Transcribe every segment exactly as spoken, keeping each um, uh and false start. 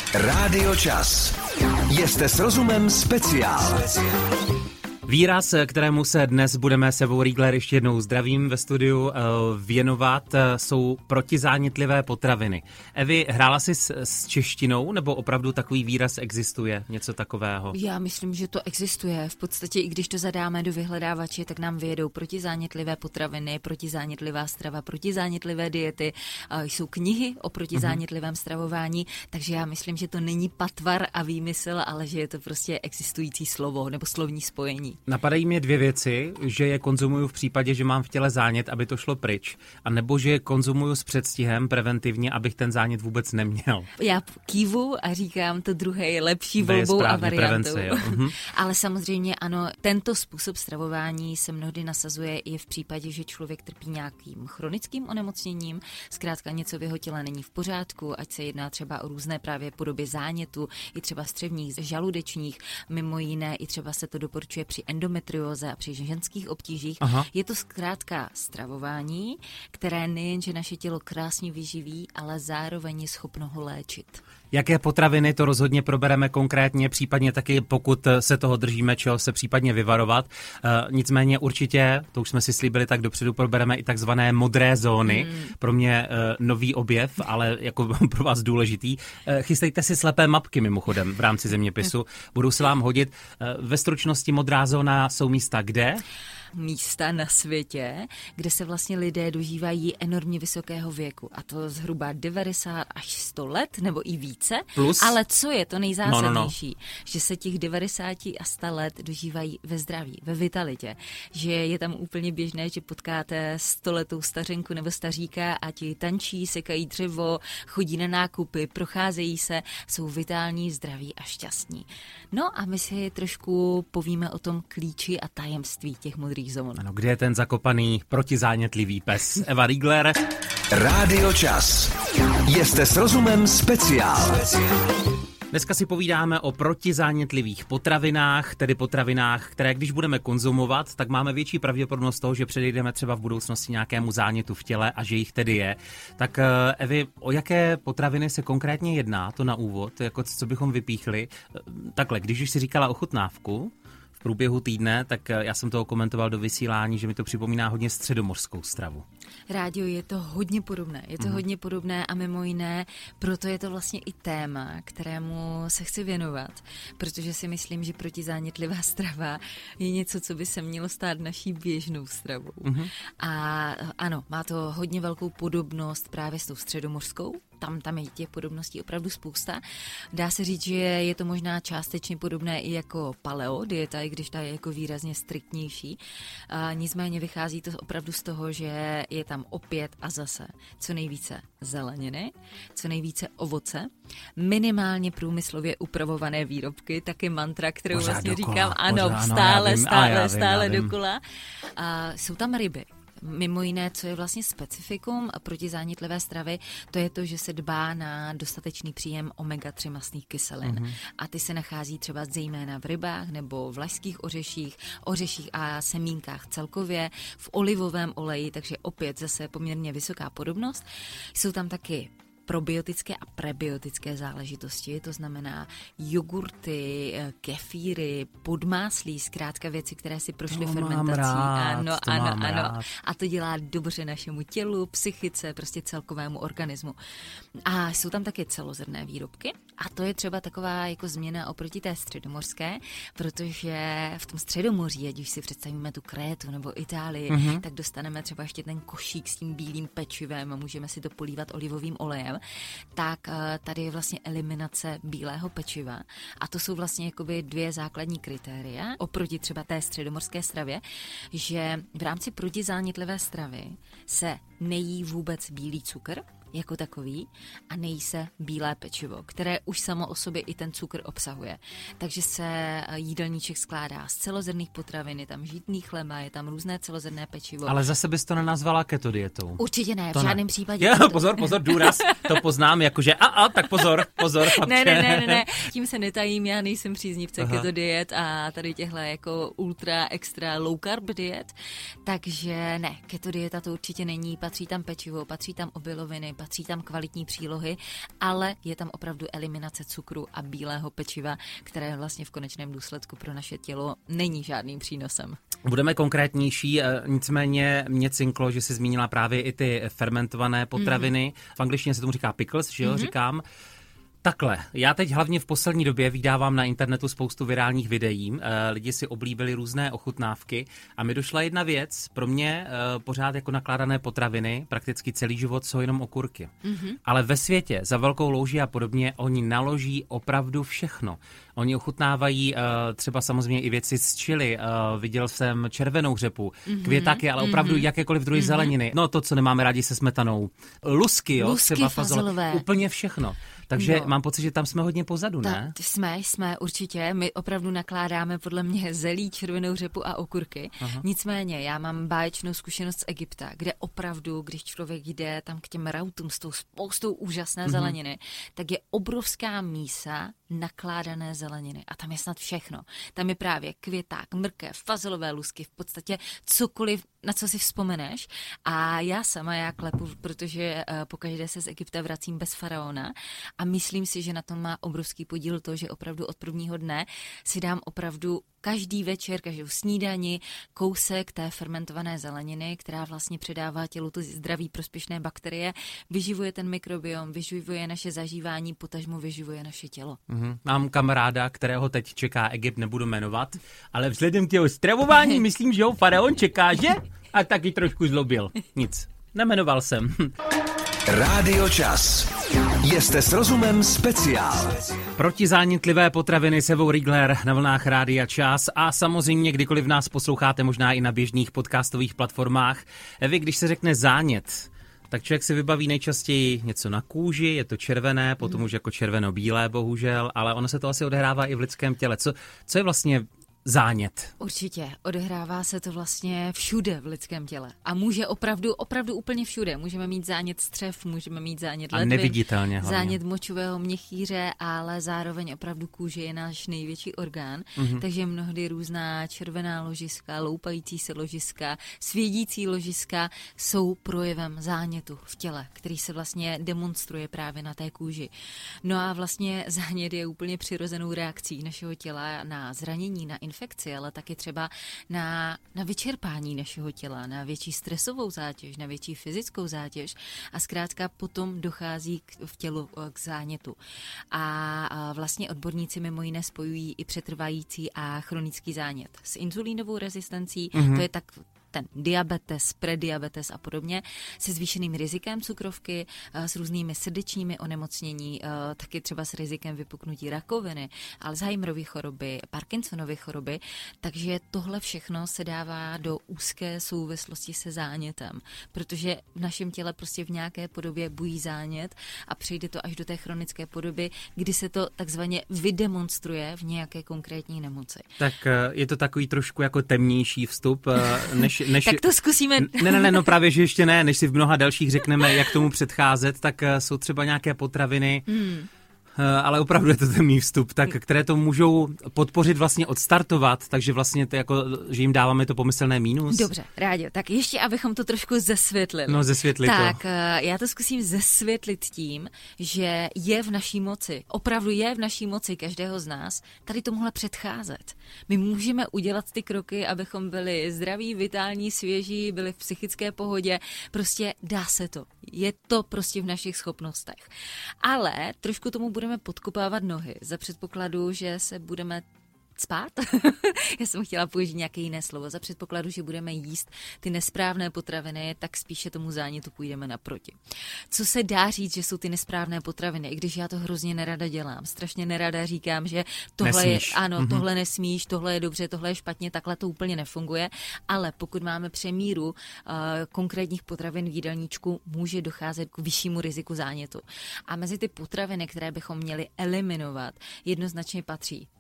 Rádio Čas. Jste s rozumem speciál. Výraz, kterému se dnes budeme s Evou Riegler, ještě jednou zdravím ve studiu, věnovat, jsou protizánětlivé potraviny. Evi, hrála jsi s, s češtinou, nebo opravdu takový výraz existuje, něco takového? Já myslím, že to existuje. V podstatě, i když to zadáme do vyhledávače, tak nám vyjedou protizánětlivé potraviny, protizánětlivá strava, protizánětlivé diety. Jsou knihy o protizánětlivém stravování, takže já myslím, že to není patvar a výmysl, ale že je to prostě existující slovo nebo slovní spojení. Napadají mě dvě věci, že je konzumuju v případě, že mám v těle zánět, aby to šlo pryč, a nebo že je konzumuju s předstihem preventivně, abych ten zánět vůbec neměl. Já kývu a říkám, to druhé je lepší volbou a variantou. Prevence, jo. Mhm. Ale samozřejmě ano, tento způsob stravování se mnohdy nasazuje i v případě, že člověk trpí nějakým chronickým onemocněním, zkrátka něco v jeho těle není v pořádku, ať se jedná třeba o různé právě podoby zánětu, i třeba střevních, žaludečních, mimo jiné i třeba se to doporučuje při endometrióze a při ženských obtížích. Aha. Je to zkrátka stravování, které nejenže naše tělo krásně vyživí, ale zároveň je schopno ho léčit. Jaké potraviny, to rozhodně probereme konkrétně, případně taky, pokud se toho držíme, čeho se případně vyvarovat. E, nicméně určitě, to už jsme si slíbili, tak dopředu probereme i takzvané modré zóny. Hmm. Pro mě e, nový objev, ale jako pro vás důležitý. E, chystejte si slepé mapky mimochodem v rámci zeměpisu. Budou se vám hodit. E, ve stručnosti modrá zóna jsou místa kde? Místa na světě, kde se vlastně lidé dožívají enormně vysokého věku. A to zhruba devadesát až sto let, nebo i více. Plus? Ale co je to nejzásadnější? No, no, no. Že se těch devadesát a sto let dožívají ve zdraví, ve vitalitě. Že je tam úplně běžné, že potkáte stoletou stařenku nebo staříka a ti tančí, sekají dřevo, chodí na nákupy, procházejí se, jsou vitální, zdraví a šťastní. No a my si trošku povíme o tom klíči a tajemství těch modrých zón. Ano, kde je ten zakopaný protizánětlivý pes? Eva Riegler. Rádio Čas. Jste s rozumem speciál. Dneska si povídáme o protizánětlivých potravinách, tedy potravinách, které když budeme konzumovat, tak máme větší pravděpodobnost toho, že předejdeme třeba v budoucnosti nějakému zánětu v těle a že jich tedy je. Tak Evi, o jaké potraviny se konkrétně jedná, to na úvod, jako co bychom vypíchli? Takhle, když už si říkala ochutnávku v průběhu týdne, tak já jsem toho komentoval do vysílání, že mi to připomíná hodně středomořskou stravu. Rádio, je to hodně podobné, je to mm. hodně podobné a mimo jiné, proto je to vlastně i téma, kterému se chci věnovat, protože si myslím, že protizánětlivá strava je něco, co by se mělo stát naší běžnou stravou. Mm. A ano, má to hodně velkou podobnost právě s tou středomořskou. Tam, tam je těch podobností opravdu spousta. Dá se říct, že je to možná částečně podobné i jako paleo dieta, i když ta je jako výrazně striktnější. A nicméně vychází to opravdu z toho, že je tam opět a zase co nejvíce zeleniny, co nejvíce ovoce, minimálně průmyslově upravované výrobky, taky mantra, kterou pořád vlastně dokola, říkám, ano, pořád, stále, no, vím, stále, vím, stále dokola. A jsou tam ryby. Mimo jiné, co je vlastně specifikum protizánětlivé stravy, to je to, že se dbá na dostatečný příjem omega tři mastných kyselin. Mm-hmm. A ty se nachází třeba zejména v rybách nebo v lašských ořeších, ořeších a semínkách celkově, v olivovém oleji, takže opět zase poměrně vysoká podobnost. Jsou tam taky probiotické a prebiotické záležitosti, to znamená jogurty, kefíry, podmáslí, zkrátka věci, které si prošly to fermentací. Rád, ano, to ano, ano. Rád. A to dělá dobře našemu tělu, psychice, prostě celkovému organismu. A jsou tam také celozrnné výrobky a to je třeba taková jako změna oproti té středomořské, protože v tom Středomoří, ať už si představíme tu Krétu nebo Itálii, mm-hmm. tak dostaneme třeba ještě ten košík s tím bílým pečivem a můžeme si to polívat olivovým olejem. Tak tady je vlastně eliminace bílého pečiva a to jsou vlastně jakoby dvě základní kritéria oproti třeba té středomorské stravě, že v rámci protizánětlivé stravy se nejí vůbec bílý cukr jako takový a nejí se bílé pečivo, které už samo o sobě i ten cukr obsahuje. Takže se jídelníček skládá z celozrnných potravin, je tam žitný chleba, je tam různé celozrnné pečivo. Ale zase bys to nenazvala keto dietou. Určitě ne, to v žádném ne. případě. Jo, pozor, pozor, důraz, to poznám, jakože a a, tak pozor, pozor, chlapče. Ne, ne, ne, ne, tím se netajím, já nejsem příznivce Aha. keto diet a tady těchhle jako ultra, extra low carb diet, takže ne, keto dieta to určitě není, patří tam pečivo, patří tam obiloviny, patří tam kvalitní přílohy, ale je tam opravdu eliminace cukru a bílého pečiva, které vlastně v konečném důsledku pro naše tělo není žádným přínosem. Budeme konkrétnější, nicméně mě cinklo, že jsi zmínila právě i ty fermentované potraviny. Mm-hmm. V angličtině se tomu říká pickles, že jo, mm-hmm. říkám. Takhle, já teď hlavně v poslední době vydávám na internetu spoustu virálních videí, e, lidi si oblíbili různé ochutnávky a mi došla jedna věc, pro mě e, pořád jako nakládané potraviny, prakticky celý život jsou jenom okurky. Mm-hmm. Ale ve světě, za velkou louži a podobně, oni naloží opravdu všechno. Oni ochutnávají e, třeba samozřejmě i věci z chili, e, viděl jsem červenou řepu, mm-hmm. květaky, ale opravdu mm-hmm. jakékoliv druhy mm-hmm. zeleniny. No to, co nemáme rádi se smetanou. Lusky, jo, Lusky třeba fazolové. Úplně všechno. Takže no. mám pocit, že tam jsme hodně pozadu, ne? Ta, jsme, jsme určitě. My opravdu nakládáme podle mě zelí, červenou řepu a okurky. Aha. Nicméně, já mám báječnou zkušenost z Egypta, kde opravdu, když člověk jde tam k těm rautům s tou spoustou úžasné mm-hmm. zeleniny, tak je obrovská mísa nakládané zeleniny. A tam je snad všechno. Tam je právě květák, mrkev, fazolové lusky, v podstatě cokoliv, na co si vzpomeneš. A já sama, já klepu, protože uh, pokaždé se z Egypta vracím bez faraona a myslím si, že na tom má obrovský podíl to, že opravdu od prvního dne si dám opravdu každý večer, každou snídani kousek té fermentované zeleniny, která vlastně předává tělu ty zdraví prospěšné bakterie, vyživuje ten mikrobiom, vyživuje naše zažívání, potažmo vyživuje naše tělo. Mm-hmm. Mám kamaráda, kterého teď čeká Egypt, nebudu jmenovat, ale vzhledem k jeho stravování myslím, že ho faraon čeká, že? A taky trošku zlobil. Nic. Nemenoval jsem. Rádio Čas. Jste s rozumem speciál. Protizánětlivé potraviny s Evou Riegler na vlnách Rádia Čas a samozřejmě kdykoliv nás posloucháte možná i na běžných podcastových platformách. Evi, když se řekne zánět, tak člověk si vybaví nejčastěji něco na kůži, je to červené, potom už jako červeno-bílé bohužel, ale ono se to asi odehrává i v lidském těle. Co, co je vlastně zánět? Určitě. Odehrává se to vlastně všude v lidském těle. A může opravdu, opravdu úplně všude. Můžeme mít zánět střev, můžeme mít zánět ledvin, a neviditelně hlavně. Zánět močového měchýře, ale zároveň opravdu kůže je náš největší orgán. Mm-hmm. Takže mnohdy různá červená ložiska, loupající se ložiska, svědící ložiska jsou projevem zánětu v těle, který se vlastně demonstruje právě na té kůži. No a vlastně zánět je úplně přirozenou reakcí našeho těla na zranění, na infekci, ale taky třeba na, na vyčerpání našeho těla, na větší stresovou zátěž, na větší fyzickou zátěž a zkrátka potom dochází k, v tělu k zánětu. A, a vlastně odborníci mimo jiné spojují i přetrvající a chronický zánět s inzulínovou rezistencí, mm-hmm. to je tak ten diabetes, prediabetes a podobně, se zvýšeným rizikem cukrovky, s různými srdečními onemocnění, taky třeba s rizikem vypuknutí rakoviny, Alzheimerovy choroby, Parkinsonovy choroby, takže tohle všechno se dává do úzké souvislosti se zánětem, protože v našem těle prostě v nějaké podobě bují zánět a přijde to až do té chronické podoby, kdy se to takzvaně vydemonstruje v nějaké konkrétní nemoci. Tak je to takový trošku jako temnější vstup, než Než, tak to zkusíme. Ne, ne, ne, no právě, že ještě ne, než si v mnoha dalších řekneme, jak tomu předcházet, tak jsou třeba nějaké potraviny, hmm. ale opravdu je to temný vstup, tak, které to můžou podpořit, vlastně odstartovat, takže vlastně to jako, že jim dáváme to pomyslné mínus. Dobře, rádi. Tak ještě, abychom to trošku zesvětlili. No, zesvětlit to. Tak, já to zkusím zesvětlit tím, že je v naší moci, opravdu je v naší moci každého z nás tady tomuhle předcházet. My můžeme udělat ty kroky, abychom byli zdraví, vitální, svěží, byli v psychické pohodě. Prostě dá se to. Je to prostě v našich schopnostech. Ale trošku tomu budeme podkopávat nohy za předpokladu, že se budeme spát. Já jsem chtěla použít nějaké jiné slovo. Za předpokladu, že budeme jíst ty nesprávné potraviny, tak spíše tomu zánětu půjdeme naproti. Co se dá říct, že jsou ty nesprávné potraviny, i když já to hrozně nerada dělám. Strašně nerada říkám, že tohle nesmíš. je, ano, mm-hmm. tohle nesmíš, tohle je dobře, tohle je špatně, takhle to úplně nefunguje, ale pokud máme přemíru uh, konkrétních potravin v jídelníčku, může docházet k vyššímu riziku zánětu. A mezi ty potraviny, které bychom měli eliminovat, jednoznačně patří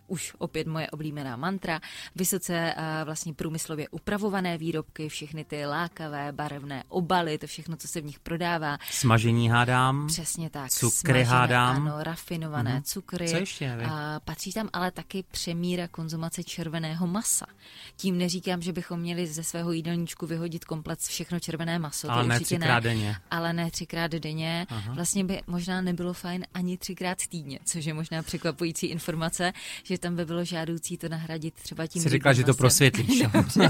už opět moje oblíbená mantra, vysoce uh, vlastně průmyslově upravované výrobky, všechny ty lákavé, barevné obaly, to všechno, co se v nich prodává. Smažení hádám. Přesně tak. Cukry Smažené, hádám. Ano, rafinované mm-hmm. cukry. Co ještě? Vy? A patří tam ale taky přemíra konzumace červeného masa. Tím neříkám, že bychom měli ze svého jídelníčku vyhodit komplet všechno červené maso. Ale to ne třikrát ne, denně. Ale ne třikrát denně. Aha. Vlastně by možná nebylo fajn ani třikrát týdně, což je možná překvapující informace, že tam by bylo žádoucí to nahradit třeba tím. Jsi řekla, že to prosvětlíš.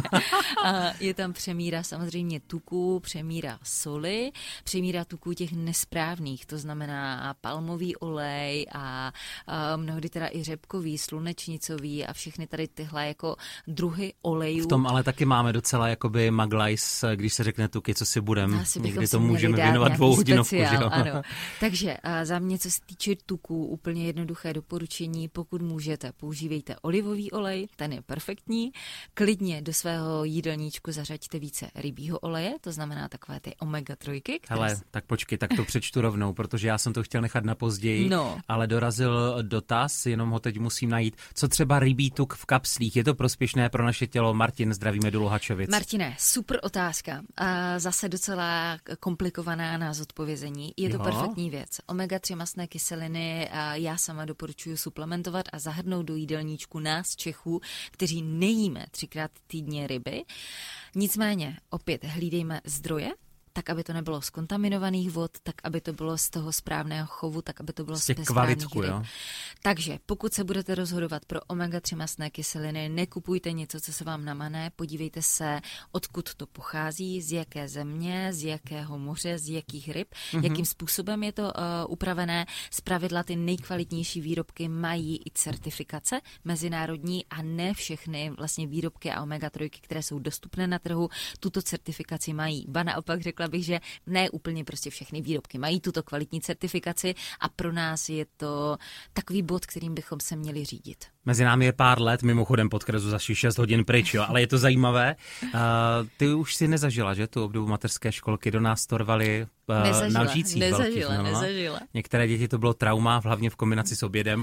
A je tam přemíra samozřejmě tuků, přemíra soli, přemíra tuků těch nesprávných, to znamená palmový olej a, a mnohdy teda i řepkový, slunečnicový a všechny tady tyhle jako druhy olejů. V tom ale taky máme docela jakoby maglajs, když se řekne tuky, co si budem. Někdy to můžeme věnovat dvou hodinovku. Ano. Takže a za mě, co se týče tuků, úplně jednoduché doporučení, pokud můžete, používejte olivový olej, ten je perfektní. Klidně do svého jídelníčku zařaďte více rybího oleje, to znamená takové ty omega trojky. Které... Hele, tak počkej, tak to přečtu rovnou, protože já jsem to chtěl nechat na později, no. ale dorazil dotaz, jenom ho teď musím najít. Co třeba rybí tuk v kapslích? Je to prospěšné pro naše tělo? Martin, zdravíme do Luhačovic. Martine, super otázka. A zase docela komplikovaná na zodpovězení. Je to jo? perfektní věc. omega tři mastné kyseliny já sama doporučuji suplementovat a zahrnout do jídelníčku nás Čechů, kteří nejíme třikrát týdně ryby. Nicméně opět hlídejme zdroje, tak, aby to nebylo z kontaminovaných vod, tak, aby to bylo z toho správného chovu, tak, aby to bylo z těch kvalitku, jo. Takže pokud se budete rozhodovat pro omega tři mastné kyseliny, nekupujte něco, co se vám namane, podívejte se, odkud to pochází, z jaké země, z jakého moře, z jakých ryb, mm-hmm. jakým způsobem je to uh, upravené. Zpravidla ty nejkvalitnější výrobky mají i certifikace mezinárodní a ne všechny vlastně výrobky a omega tři, které jsou dostupné na trhu, tuto certifikaci mají. Ba naopak řekla bych, že ne úplně prostě všechny výrobky mají tuto kvalitní certifikaci a pro nás je to takový bod, kterým bychom se měli řídit. Mezi námi je pár let, mimochodem podkresu za šest hodin pryč, jo, ale je to zajímavé. Uh, ty už si nezažila, že, tu obdobu mateřské školky, do nás torvali uh, nezažila, na lžících nezažila, velkých. No, nezažila. Některé děti to bylo trauma, hlavně v kombinaci s obědem.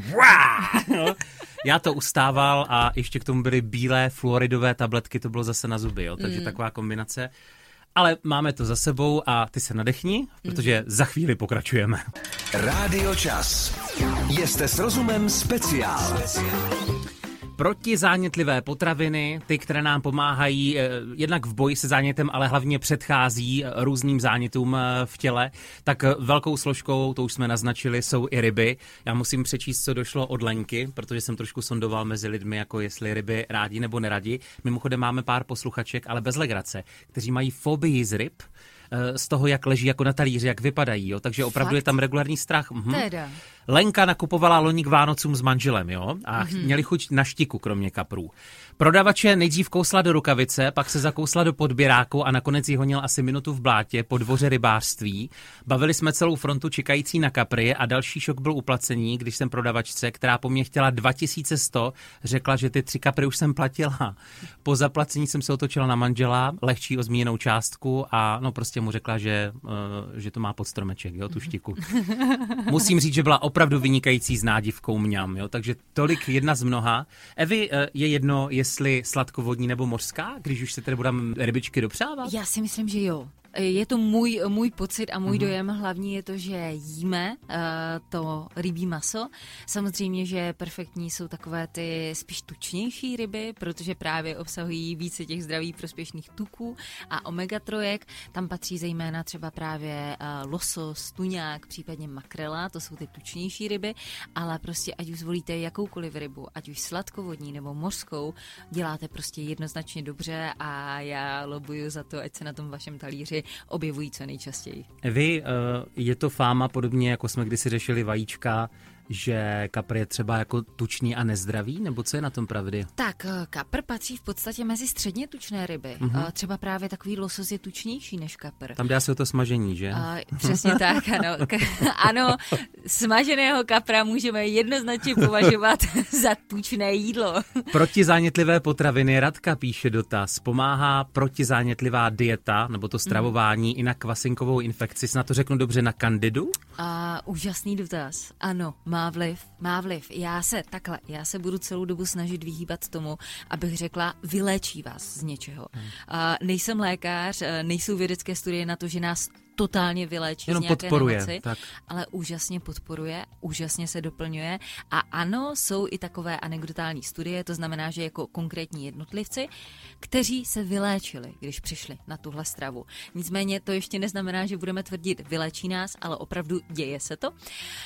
No, já to ustával a ještě k tomu byly bílé fluoridové tabletky, to bylo zase na zuby, jo, takže mm. taková kombinace. Ale máme to za sebou a ty se nadechni, protože za chvíli pokračujeme. Rádio Čas. Jste s rozumem speciál. Protizánětlivé potraviny, ty, které nám pomáhají eh, jednak v boji se zánětem, ale hlavně předchází různým zánětům eh, v těle, tak eh, velkou složkou, to už jsme naznačili, jsou i ryby. Já musím přečíst, co došlo od Lenky, protože jsem trošku sondoval mezi lidmi, jako jestli ryby rádi nebo neradi. Mimochodem máme pár posluchaček, ale bez legrace, kteří mají fobii z ryb, eh, z toho, jak leží jako na talíři, jak vypadají, jo? Takže opravdu Fakt? Je tam regulární strach. Mhm. Teda. Lenka nakupovala loni k Vánocům s manželem, jo? A mm-hmm. měli chuť na štiku, kromě kaprů. Prodavače nejdřív kousla do rukavice, pak se zakousla do podběráku a nakonec jí honil asi minutu v blátě po dvoře rybářství. Bavili jsme celou frontu čekající na kapry a další šok byl uplacení, když jsem prodavačce, která po mně chtěla dva tisíce sto, řekla, že ty tři kapry už jsem platila. Po zaplacení jsem se otočila na manžela, lehčí o zmíněnou částku a no prostě mu řekla, že, uh, že to má pod stromeček, jo, tu štiku. Musím říct, že byla opravdu vynikající s nádivkou mňam, jo, takže tolik jedna z mnoha. Evi, je jedno, jestli sladkovodní nebo mořská, když už se tedy budeme rybičky dopřávat? Já si myslím, že jo. Je to můj, můj pocit a můj mm. dojem. Hlavní je to, že jíme uh, to rybí maso. Samozřejmě, že perfektní jsou takové ty spíš tučnější ryby, protože právě obsahují více těch zdravých prospěšných tuků a omega tři. Tam patří zejména třeba právě uh, losos, tuňák, případně makrela, to jsou ty tučnější ryby, ale prostě ať už zvolíte jakoukoliv rybu, ať už sladkovodní nebo mořskou, děláte prostě jednoznačně dobře a já lobuju za to, ať se na tom vašem talíři objevují co nejčastěji. Vy, je to fáma podobně, jako jsme kdysi řešili vajíčka, že kapr je třeba jako tučný a nezdravý, nebo co je na tom pravdy? Tak, kapr patří v podstatě mezi středně tučné ryby. Uh-huh. Třeba právě takový losos je tučnější než kapr. Tam dá se o to smažení, že? Uh, přesně tak, ano. K- ano, smaženého kapra můžeme jednoznačně považovat za tučné jídlo. Protizánětlivé potraviny, Radka píše dotaz. Pomáhá protizánětlivá dieta, nebo to stravování uh-huh. i na kvasinkovou infekci? Snad to řeknu dobře, na kandidu? Uh, úžasný dotaz. Ano, má vliv, má vliv. Já se takhle, já se budu celou dobu snažit vyhýbat tomu, abych řekla, vyléčí vás z něčeho. Hmm. Uh, nejsem lékař, nejsou vědecké studie na to, že nás totálně vyléčí jenom z nějaké podporuje, nemoci, tak. ale úžasně podporuje, úžasně se doplňuje a ano, jsou i takové anekdotální studie, to znamená, že jako konkrétní jednotlivci, kteří se vyléčili, když přišli na tuhle stravu. Nicméně to ještě neznamená, že budeme tvrdit, vyléčí nás, ale opravdu děje se to.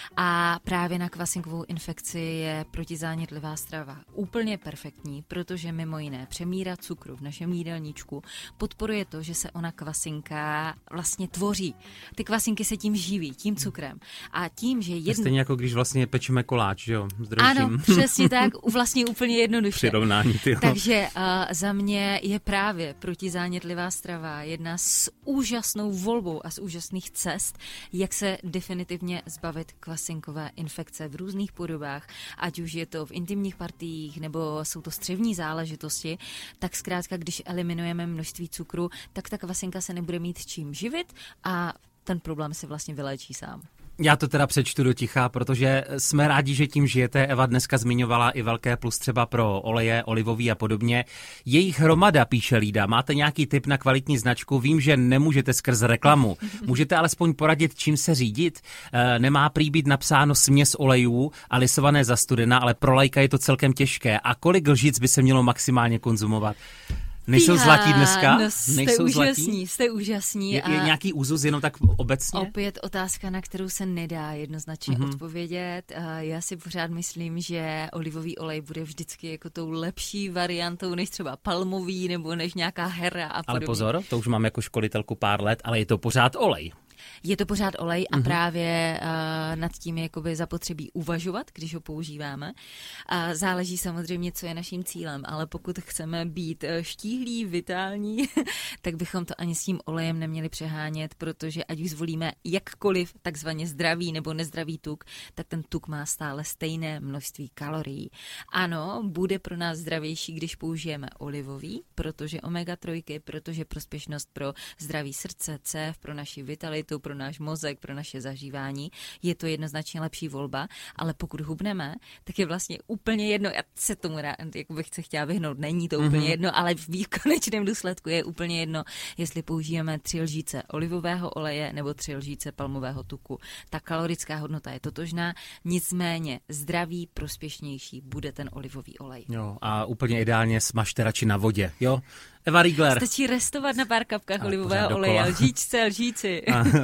A právě na kvasinkovou infekci je protizánětlivá strava úplně perfektní, protože mimo jiné přemíra cukru v našem jídelníčku podporuje to, že se ona kvasinka vlastně tvoří. Ty kvasinky se tím živí, tím cukrem. A tím, že jedno... Stejně jako když vlastně pečeme koláč, jo? Ano, přesně tak, vlastně úplně jednoduše. Přirovnání, tyjo. Takže uh, za mě je právě protizánětlivá strava jedna s úžasnou volbou a z úžasných cest, jak se definitivně zbavit kvasinkové infekce v různých podobách, ať už je to v intimních partiích, nebo jsou to střevní záležitosti, tak zkrátka, když eliminujeme množství cukru, tak ta kvasinka se nebude mít čím živit a ten problém se vlastně vyléčí sám. Já to teda přečtu do ticha, protože jsme rádi, že tím žijete. Eva dneska zmiňovala i velké plus třeba pro oleje, olivový a podobně. Jejich hromada, píše Lída. Máte nějaký tip na kvalitní značku? Vím, že nemůžete skrz reklamu. Můžete alespoň poradit, čím se řídit? E, nemá prý být napsáno směs olejů a lisované za studena, ale pro laika je to celkem těžké. A kolik lžic by se mělo maximálně konzumovat? Nejsou Píha, zlatí dneska? No, jste Nejsou úžasní, zlatí? jste úžasní. Je, je a nějaký úzus jenom tak obecně? Opět otázka, na kterou se nedá jednoznačně Mhm. odpovědět. Já si pořád myslím, že olivový olej bude vždycky jako tou lepší variantou než třeba palmový nebo než nějaká hera a podobně. Ale pozor, to už mám jako školitelku pár let, ale je to pořád olej. Je to pořád olej a Mhm. právě uh, nad tím je jakoby zapotřebí uvažovat, když ho používáme. A záleží samozřejmě, co je naším cílem, ale pokud chceme být štíhlí, vitální, tak bychom to ani s tím olejem neměli přehánět, protože ať už zvolíme jakkoliv takzvaně zdravý nebo nezdravý tuk, tak ten tuk má stále stejné množství kalorií. Ano, bude pro nás zdravější, když použijeme olivový, protože omega tři, protože prospěšnost pro zdraví srdce, cév, pro naši vitalitu, pro náš mozek, pro naše zažívání, je to jednoznačně lepší volba, ale pokud hubneme, tak je vlastně úplně jedno, já se tomu rád, jako bych se chtěla vyhnout, není to úplně Mhm. jedno, ale v konečném důsledku je úplně jedno, jestli použijeme tři lžíce olivového oleje nebo tři lžíce palmového tuku. Ta kalorická hodnota je totožná, nicméně zdravý, prospěšnější bude ten olivový olej. Jo, a úplně ideálně smažte radši na vodě, jo? Eva Riegler. Stačí restovat na pár kapkách A olivového pořád oleje, dokola. lžíčce, lžíci.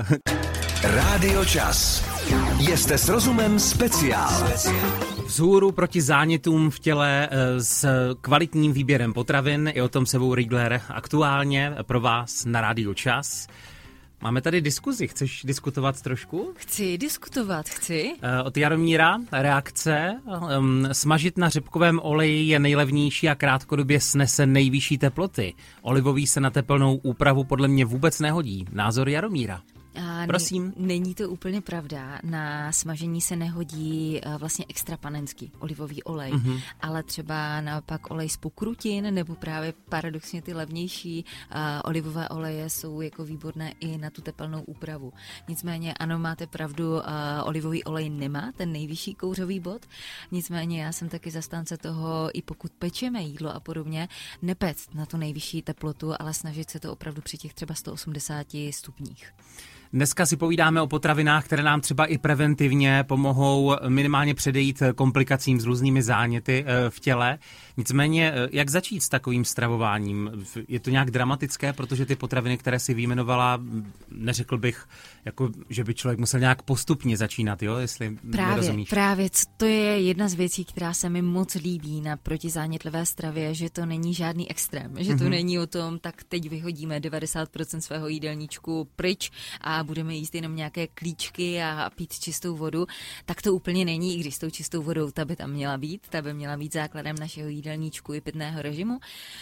Rádio Čas. Jste s rozumem speciál. Vzhůru proti zánětům v těle e, s kvalitním výběrem potravin. I o tom sebou Riegler aktuálně pro vás na Rádio Čas. Máme tady diskuzi. Chceš diskutovat trošku? Chci diskutovat, chci. E, od Jaromíra reakce. Um, smažit na řepkovém oleji je nejlevnější a krátkodobě snese nejvyšší teploty. Olivový se na teplnou úpravu podle mě vůbec nehodí. Názor Jaromíra. A Prosím. Není to úplně pravda. Na smažení se nehodí uh, vlastně extra panenský olivový olej, Mhm. ale třeba naopak olej z pokrutin nebo právě paradoxně ty levnější uh, olivové oleje jsou jako výborné i na tu tepelnou úpravu. Nicméně ano, máte pravdu, uh, olivový olej nemá ten nejvyšší kouřový bod, nicméně já jsem taky zastánce toho, i pokud pečeme jídlo a podobně, nepect na tu nejvyšší teplotu, ale snažit se to opravdu při těch třeba sto osmdesáti stupních. Dneska si povídáme o potravinách, které nám třeba i preventivně pomohou minimálně předejít komplikacím s různými záněty v těle. Nicméně, jak začít s takovým stravováním? Je to nějak dramatické, protože ty potraviny, které si vyjmenovala, neřekl bych, jako, že by člověk musel nějak postupně začínat, jo? Jestli Právě, nerozumíš. právě, to je jedna z věcí, která se mi moc líbí na protizánětlivé stravě, že to není žádný extrém, že to Mhm. není o tom, tak teď vyhodíme devadesát procent svého jídelníčku pryč a budeme jíst jenom nějaké klíčky a pít čistou vodu, tak to úplně není, i když s tou čistou vodou ta by tam měla být, ta by měla být základem našeho jídelníčku i pitného režimu.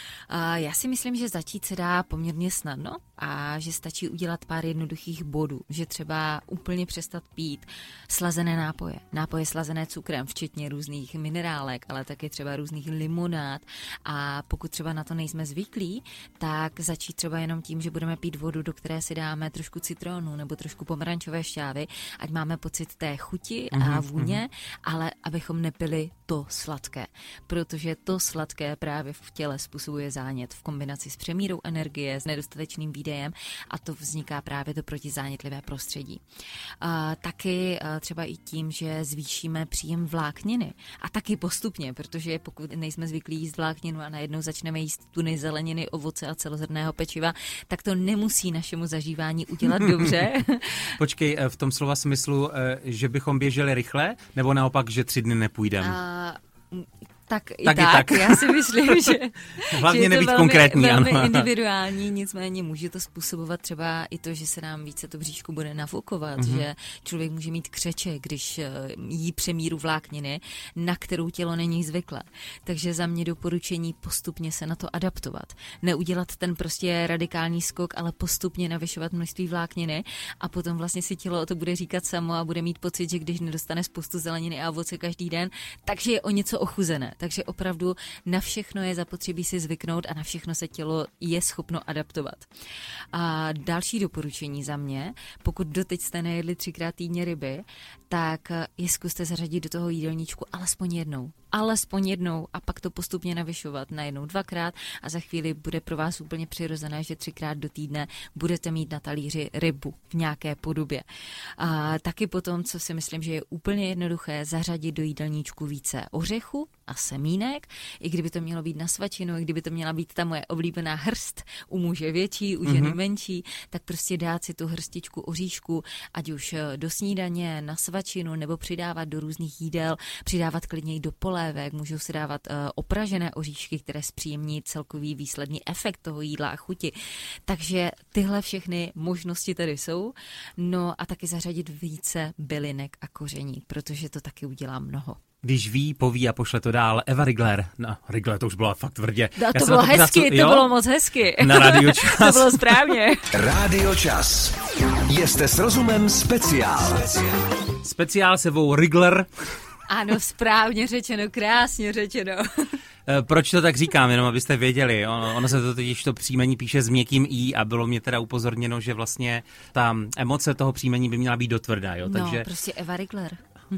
A já si myslím, že začít se dá poměrně snadno a že stačí udělat pár jednoduchých bodů, že třeba úplně přestat pít slazené nápoje, nápoje slazené cukrem, včetně různých minerálek, ale taky třeba různých limonád, a pokud třeba na to nejsme zvyklí, tak začít třeba jenom tím, že budeme pít vodu, do které si dáme trošku citronu citronu nebo trošku pomerančové šťávy, ať máme pocit té chuti a vůně, ale abychom nepili to sladké, protože to sladké právě v těle způsobuje zánět v kombinaci s přemírou energie, s nedostatečným výdejem a to vzniká právě to protizánětlivé prostředí. A taky a třeba i tím, že zvýšíme příjem vlákniny a taky postupně, protože pokud nejsme zvyklí jíst vlákninu a najednou začneme jíst tuny, zeleniny, ovoce a celozrnného pečiva, tak to nemusí našemu zažívání udělat dobře. Počkej, v tom slova smyslu, že bychom běželi rychle, nebo naopak, že tři dny nepůjdeme? A... Tak i tak, tak, tak. Já si myslím, že, hlavně že je to nebýt velmi, konkrétní, velmi ano. individuální, nicméně může to způsobovat třeba i to, že se nám více to bříško bude nafukovat, mm-hmm. že člověk může mít křeče, když jí přemíru vlákniny, na kterou tělo není zvyklé. Takže za mě doporučení postupně se na to adaptovat. Neudělat ten prostě radikální skok, ale postupně navyšovat množství vlákniny a potom vlastně si tělo to bude říkat samo a bude mít pocit, že když nedostane spoustu zeleniny a ovoce každý den, takže je o něco ochuzené. Takže opravdu na všechno je zapotřebí si zvyknout a na všechno se tělo je schopno adaptovat. A další doporučení za mě, pokud doteď jste nejedli třikrát týdně ryby, tak je zkuste zařadit do toho jídelníčku alespoň jednou. Alespoň jednou a pak to postupně navyšovat na jednou dvakrát a za chvíli bude pro vás úplně přirozené, že třikrát do týdne budete mít na talíři rybu v nějaké podobě. A taky potom, co si myslím, že je úplně jednoduché, zařadit do jídelníčku více ořechu a semínek, i kdyby to mělo být na svačinu, i kdyby to měla být ta moje oblíbená hrst, u muže větší, u ženy mm-hmm. menší, tak prostě dát si tu hrstičku oříšku, ať už do snídaně, na svačinu, nebo přidávat do různých jídel, přidávat klidně i do polévek, můžou si dávat uh, opražené oříšky, které zpříjemní celkový výsledný efekt toho jídla a chuti. Takže tyhle všechny možnosti tady jsou. No a taky zařadit více bylinek a koření, protože to taky udělá mnoho. Když ví, poví a pošle to dál. Eva Rigler. No, Rigler, to už bylo fakt tvrdě. No, to bylo hezky, to, to bylo moc hezky. Na Rádio Čas. To bylo správně. Rádio Čas. Jste s rozumem speciál. Speciál sebou Rigler. Ano, správně řečeno, krásně řečeno. Proč to tak říkám, jenom abyste věděli. Ono, ono se to totiž to příjmení píše s měkkým i a bylo mě teda upozorněno, že vlastně ta emoce toho příjmení by měla být dotvrdá. Jo? Takže... No, prostě Eva Rigler.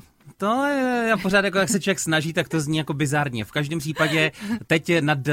To je, já pořád, jako jak se člověk snaží, tak to zní jako bizarně. V každém případě teď nad uh,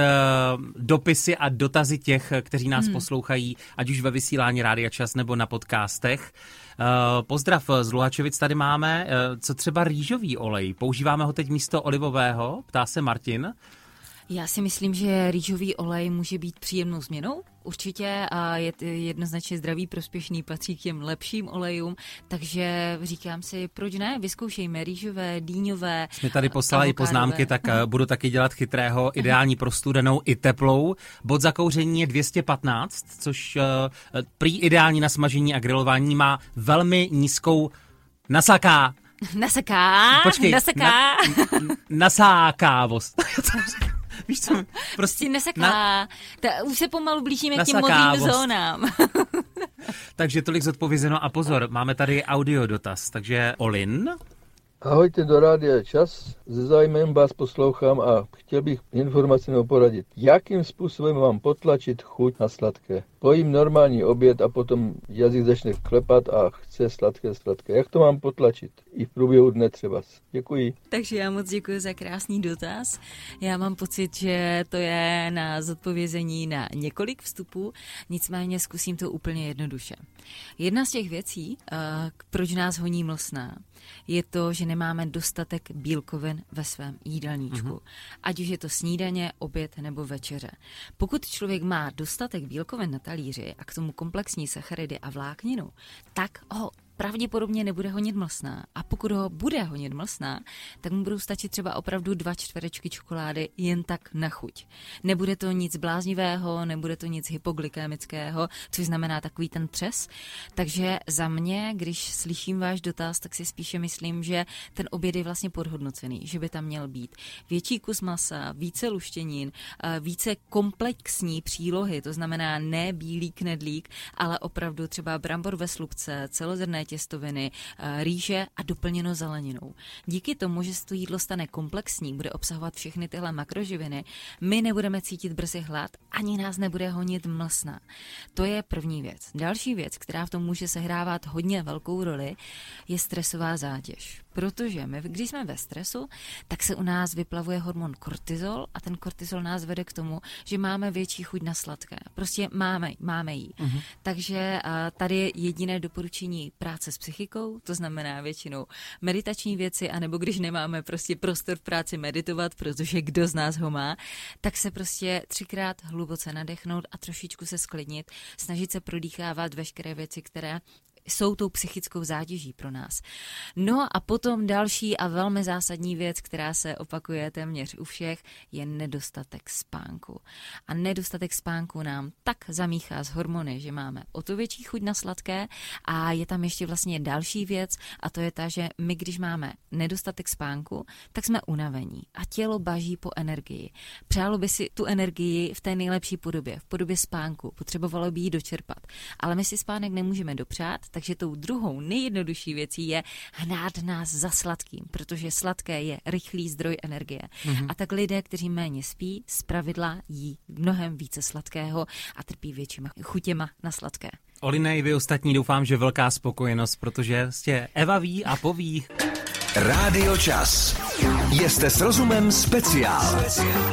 dopisy a dotazy těch, kteří nás hmm. poslouchají, ať už ve vysílání Rádia Čas nebo na podcastech. Uh, pozdrav z Luhačovic tady máme. Uh, co třeba rýžový olej? Používáme ho teď místo olivového? Ptá se Martin. Já si myslím, že rýžový olej může být příjemnou změnou. Určitě a je jednoznačně zdravý, prospěšný, patří k těm lepším olejům, takže říkám si, proč ne, vyzkoušejme rýžové, dýňové. Jsme tady poslali avokádové poznámky, tak hmm. budu taky dělat chytrého, ideální pro studenou i teplou. Bod zakouření je dvě stě patnáct, což uh, prý ideální na smažení a grilování, má velmi nízkou nasaká. Nasaká, Počkej, nasaká. Na, nasákávost. Víš co? Prostě nesaká. Na... Ta, už se pomalu blížíme k těm modrým zónám. Takže tolik zodpovězeno a pozor, máme tady audio dotaz, takže Olin. Ahojte do Rádia Čas, se zájmem vás poslouchám a chtěl bych informaci poradit. Jakým způsobem mám potlačit chuť na sladké? Pojím normální oběd a potom jazyk začne klepat a chce sladké, sladké. Jak to mám potlačit? I v průběhu dne třeba. Děkuji. Takže já moc děkuji za krásný dotaz. Já mám pocit, že to je na zodpovězení na několik vstupů, nicméně zkusím to úplně jednoduše. Jedna z těch věcí, proč nás honí mlsná, je to, že nemáme dostatek bílkovin ve svém jídelníčku. Mm-hmm. Ať už je to snídaně, oběd nebo večeře. Pokud člověk má dostatek bílkovin na talíři a k tomu komplexní sacharidy a vlákninu, tak ho pravděpodobně nebude honit mlsná. A pokud ho bude honit mlsná, tak mu budou stačit třeba opravdu dva čtverečky čokolády jen tak na chuť. Nebude to nic bláznivého, nebude to nic hypoglykemického, což znamená takový ten třes. Takže za mě, když slyším váš dotaz, tak si spíše myslím, že ten oběd je vlastně podhodnocený, že by tam měl být větší kus masa, více luštěnin, více komplexní přílohy, to znamená ne bílý knedlík, ale opravdu třeba brambor ve slupce, celozrnné těstoviny, rýže a doplněno zeleninou. Díky tomu, že se to jídlo stane komplexní, bude obsahovat všechny tyhle makroživiny, my nebudeme cítit brzy hlad, ani nás nebude honit mlsna. To je první věc. Další věc, která v tom může sehrávat hodně velkou roli, je stresová zátěž. Protože my, když jsme ve stresu, tak se u nás vyplavuje hormon kortizol a ten kortizol nás vede k tomu, že máme větší chuť na sladké. Prostě máme, máme jí. Uh-huh. Takže tady je jediné doporučení práce s psychikou, to znamená většinou meditační věci, anebo když nemáme prostě prostor v práci meditovat, protože kdo z nás ho má, tak se prostě třikrát hluboce nadechnout a trošičku se sklidnit, snažit se prodýchávat veškeré věci, které jsou tou psychickou zátěží pro nás. No a potom další a velmi zásadní věc, která se opakuje téměř u všech, je nedostatek spánku. A nedostatek spánku nám tak zamíchá z hormony, že máme o to větší chuť na sladké a je tam ještě vlastně další věc a to je ta, že my, když máme nedostatek spánku, tak jsme unavení a tělo baží po energii. Přálo by si tu energii v té nejlepší podobě, v podobě spánku. Potřebovalo by ji dočerpat. Ale my si spánek nemůžeme dopřát, takže tou druhou nejjednodušší věcí je hnát nás za sladkým, protože sladké je rychlý zdroj energie. Mm-hmm. A tak lidé, kteří méně spí, zpravidla jí mnohem více sladkého a trpí většíma chutěma na sladké. Olinej, vy ostatní doufám, že velká spokojenost, protože jste Eva ví a poví. Rádio Čas. Jste s rozumem speciál.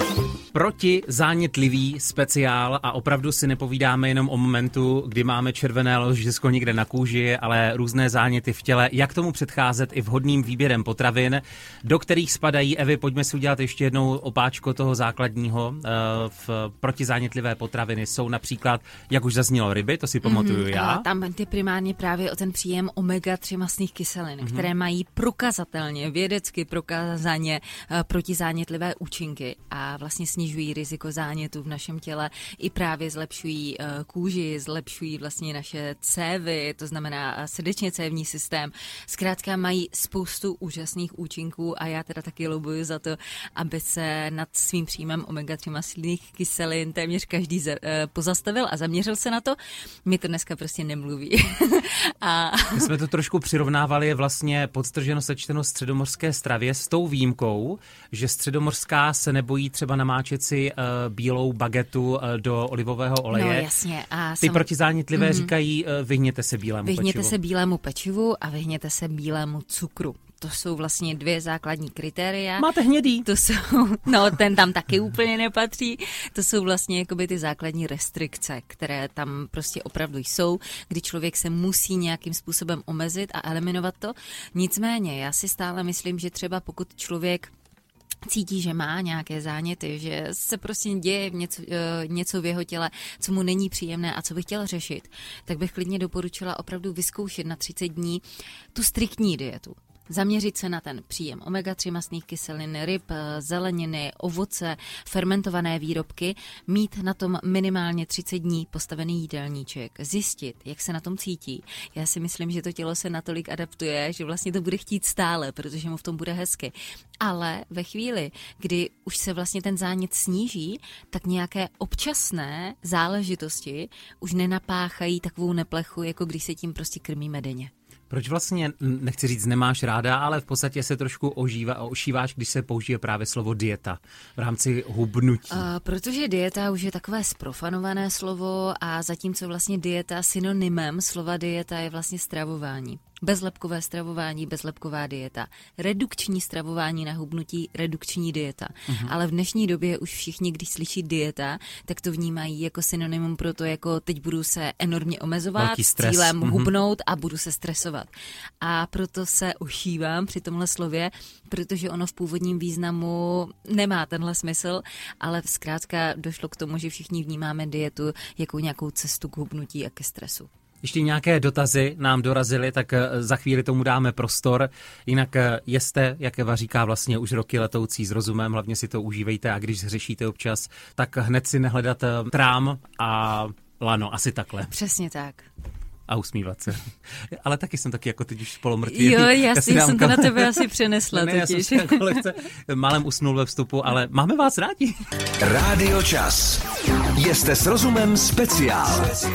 Proti zánětlivý speciál a opravdu si nepovídáme jenom o momentu, kdy máme červené ložisko někde na kůži, ale různé záněty v těle. Jak tomu předcházet i vhodným výběrem potravin, do kterých spadají, Evi, pojďme si udělat ještě jednou opáčko toho základního. V protizánětlivé potraviny jsou například, jak už zaznělo, ryby, to si pamatuju mm-hmm, já. Tam jde primárně právě o ten příjem omega tři mastných kyselin, mm-hmm. které mají prokazatelně, vědecky prokázaně protizánětlivé účinky a vlastně snižují riziko zánětu v našem těle, i právě zlepšují uh, kůži, zlepšují vlastně naše cévy, to znamená srdečně cévní systém. Zkrátka mají spoustu úžasných účinků a já teda taky lobuju za to, aby se nad svým příjmem omega tři mastných kyselin téměř každý za, uh, pozastavil a zaměřil se na to. Mi to dneska prostě nemluví. a... My jsme to trošku přirovnávali vlastně podstrženo sečteno středomořské stravě s tou výjimkou, že středomořská se nebojí třeba namáčet si uh, bílou bagetu uh, do olivového oleje. No jasně. A Ty sam... protizánětlivé mm-hmm. říkají, uh, vyhněte se bílému vyhněte pečivu. Vyhněte se bílému pečivu a vyhněte se bílému cukru. To jsou vlastně dvě základní kritéria. Máte hnědý. To jsou, no ten tam taky úplně nepatří. To jsou vlastně jakoby ty základní restrikce, které tam prostě opravdu jsou, kdy člověk se musí nějakým způsobem omezit a eliminovat to. Nicméně, já si stále myslím, že třeba pokud člověk cítí, že má nějaké záněty, že se prostě děje něco, něco v jeho těle, co mu není příjemné a co by chtěl řešit, tak bych klidně doporučila opravdu vyzkoušet na třicet dní tu striktní dietu. Zaměřit se na ten příjem omega tři mastných kyselin, ryb, zeleniny, ovoce, fermentované výrobky, mít na tom minimálně třicet dní postavený jídelníček, zjistit, jak se na tom cítí. Já si myslím, že to tělo se natolik adaptuje, že vlastně to bude chtít stále, protože mu v tom bude hezky. Ale ve chvíli, kdy už se vlastně ten zánět sníží, tak nějaké občasné záležitosti už nenapáchají takovou neplechu, jako když se tím prostě krmíme denně. Proč vlastně, nechci říct, nemáš ráda, ale v podstatě se trošku ožívá, ošíváš, když se použije právě slovo dieta v rámci hubnutí? Uh, protože dieta už je takové zprofanované slovo a zatímco vlastně dieta synonymem slova dieta je vlastně stravování. Bezlepkové stravování, bezlepková dieta. Redukční stravování na hubnutí, redukční dieta. Uh-huh. Ale v dnešní době už všichni, když slyší dieta, tak to vnímají jako synonymum pro to, jako teď budu se enormně omezovat s cílem uh-huh. hubnout a budu se stresovat. A proto se ošívám při tomhle slově, protože ono v původním významu nemá tenhle smysl, ale zkrátka došlo k tomu, že všichni vnímáme dietu jako nějakou cestu k hubnutí a ke stresu. Ještě nějaké dotazy nám dorazily, tak za chvíli tomu dáme prostor. Jinak jste, jak Eva říká, vlastně už roky letoucí s rozumem, hlavně si to užívejte a když řešíte občas, tak hned si nehledat trám a lano, asi takhle. Přesně tak. A usmívat se. Ale taky jsem taky jako teď už polomrtvý. Jo, jasně, já jsem to na tebe asi přenesla. Ne, já jsem si jako lehce málem usnul ve vstupu, ale máme vás rádi. Rádio Čas. Jste s rozumem speciál.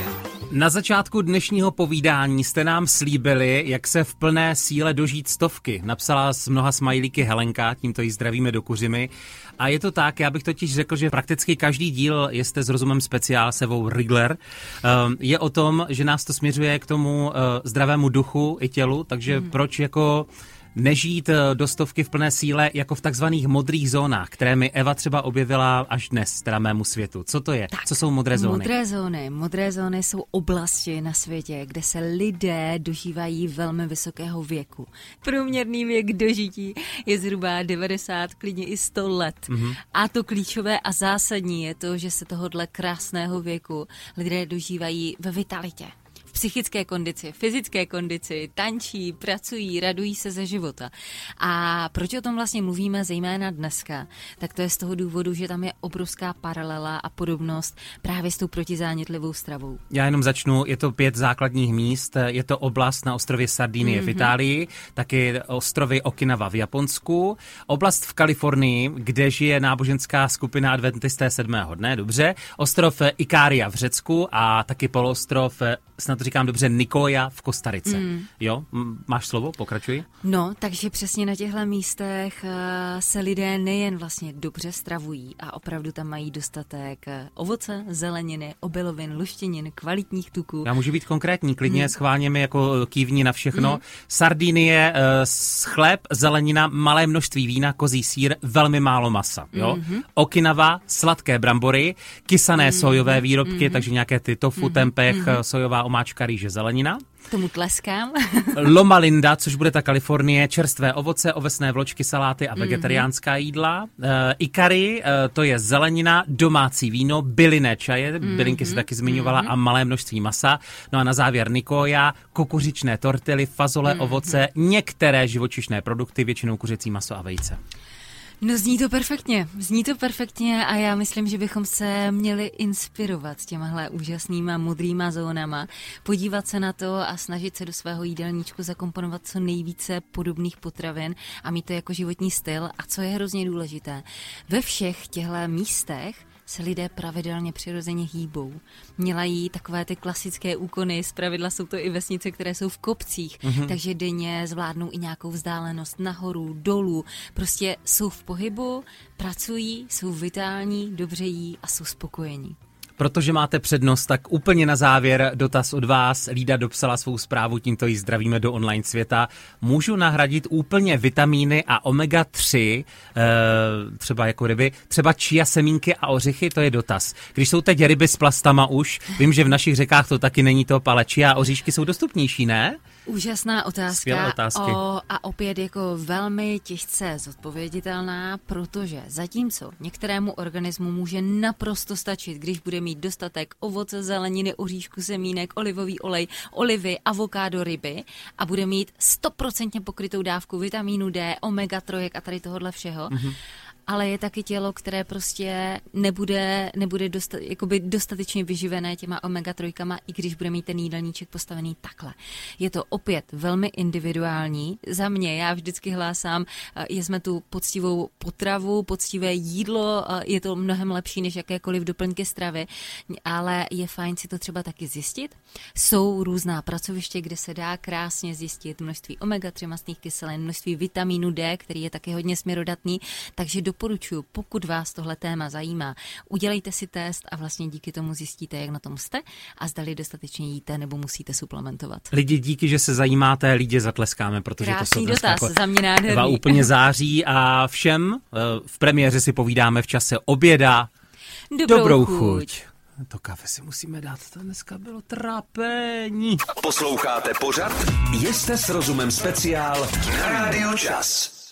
Na začátku dnešního povídání jste nám slíbili, jak se v plné síle dožít stovky. Napsala s mnoha smajlíky Helenka, tímto jí zdravíme do Kuřimy. A je to tak, já bych totiž řekl, že prakticky každý díl Jste s rozumem speciál s Evou Rigler je o tom, že nás to směřuje k tomu zdravému duchu i tělu, takže mm. proč jako nežít do stovky v plné síle jako v takzvaných modrých zónách, které mi Eva třeba objevila až dnes, teda mému světu. Co to je? Tak, co jsou modré zóny? Modré zóny. Modré zóny jsou oblasti na světě, kde se lidé dožívají velmi vysokého věku. Průměrný věk dožití je zhruba devadesát, klidně i sto let. Mm-hmm. A to klíčové a zásadní je to, že se tohodle krásného věku lidé dožívají ve vitalitě. Psychické kondici, fyzické kondici, tančí, pracují, radují se ze života. A proč o tom vlastně mluvíme zejména dneska? Tak to je z toho důvodu, že tam je obrovská paralela a podobnost právě s tou protizánětlivou stravou. Já jenom začnu, je to pět základních míst, je to oblast na ostrově Sardinie mm-hmm. v Itálii, taky ostrovy Okinawa v Japonsku, oblast v Kalifornii, kde žije náboženská skupina adventisté sedmého dne, dobře, ostrov Ikária v Řecku a taky poloostrov, snad to říkám dobře, Nicoya v Kostarice. Mm. Jo, máš slovo, pokračuj. No, takže přesně na těchto místech se lidé nejen vlastně dobře stravují a opravdu tam mají dostatek ovoce, zeleniny, obilovin, luštěnin, kvalitních tuků. Já můžu být konkrétní, klidně mm. schválně mi jako kývni na všechno. Mm. Sardinie, chléb, zelenina, malé množství vína, kozí sýr, velmi málo masa. Jo? Mm-hmm. Okinawa, sladké brambory, kysané mm-hmm. sojové výrobky, mm-hmm. takže nějaké ty tofu, mm-hmm. tempeh, mm-hmm. sojová omáčka, rýže, zelenina. Tomu tleskám. Loma Linda, což bude ta Kalifornie, čerstvé ovoce, ovesné vločky, saláty a vegetariánská mm-hmm. jídla. Uh, Ikari, uh, to je zelenina, domácí víno, bylinné čaje, mm-hmm. bylinky se taky zmiňovala mm-hmm. a malé množství masa. No a na závěr Nicoya, kukuřičné tortily, fazole, mm-hmm. ovoce, některé živočišné produkty, většinou kuřecí maso a vejce. No zní to perfektně, zní to perfektně a já myslím, že bychom se měli inspirovat těmahle úžasnýma modrýma zónama, podívat se na to a snažit se do svého jídelníčku zakomponovat co nejvíce podobných potravin a mít to jako životní styl. A co je hrozně důležité, ve všech těchto místech se lidé pravidelně přirozeně hýbou. Dělají takové ty klasické úkony, zpravidla jsou to i vesnice, které jsou v kopcích, mm-hmm. takže denně zvládnou i nějakou vzdálenost nahoru, dolů. Prostě jsou v pohybu, pracují, jsou vitální, dobře jí a jsou spokojení. Protože máte přednost, tak úplně na závěr dotaz od vás. Lída dopsala svou zprávu, tímto ji zdravíme do online světa. Můžu nahradit úplně vitamíny a omega tři, e, třeba jako ryby, třeba chia semínky a ořechy? To je dotaz. Když jsou teď ryby s plastama už, vím, že v našich řekách to taky není top, ale chia a oříšky jsou dostupnější, ne? Úžasná otázka o, a opět jako velmi těžce zodpověditelná, protože zatímco některému organismu může naprosto stačit, když bude mít dostatek ovoce, zeleniny, oříšku, semínek, olivový olej, olivy, avokádo, ryby a bude mít stoprocentně pokrytou dávku vitamínu D, omega tři a tady tohohle všeho, mm-hmm. ale je taky tělo, které prostě nebude, nebude dosta, jakoby dostatečně vyživené těma omega trojkama, i když bude mít ten jídelníček postavený takhle. Je to opět velmi individuální. Za mě, já vždycky hlásám, jezme tu poctivou potravu, poctivé jídlo, je to mnohem lepší než jakékoliv doplňky stravy, ale je fajn si to třeba taky zjistit. Jsou různá pracoviště, kde se dá krásně zjistit množství omega tři mastných kyselin, množství vitamínu D, který je taky hodně směrodatný, takže doporučuji, pokud vás tohle téma zajímá, udělejte si test a vlastně díky tomu zjistíte, jak na tom jste a zdali dostatečně jíte nebo musíte suplementovat. Lidi, díky, že se zajímáte, lidi zatleskáme, protože krásný to jsou dotaz, jako za mě nádherný. Eva úplně září a všem v premiéře si povídáme v čase oběda. Dobrou, Dobrou chuť. chuť. To kafe si musíme dát, to dneska bylo trápení. Posloucháte pořad Jste s rozumem speciál na Rádiu Čas.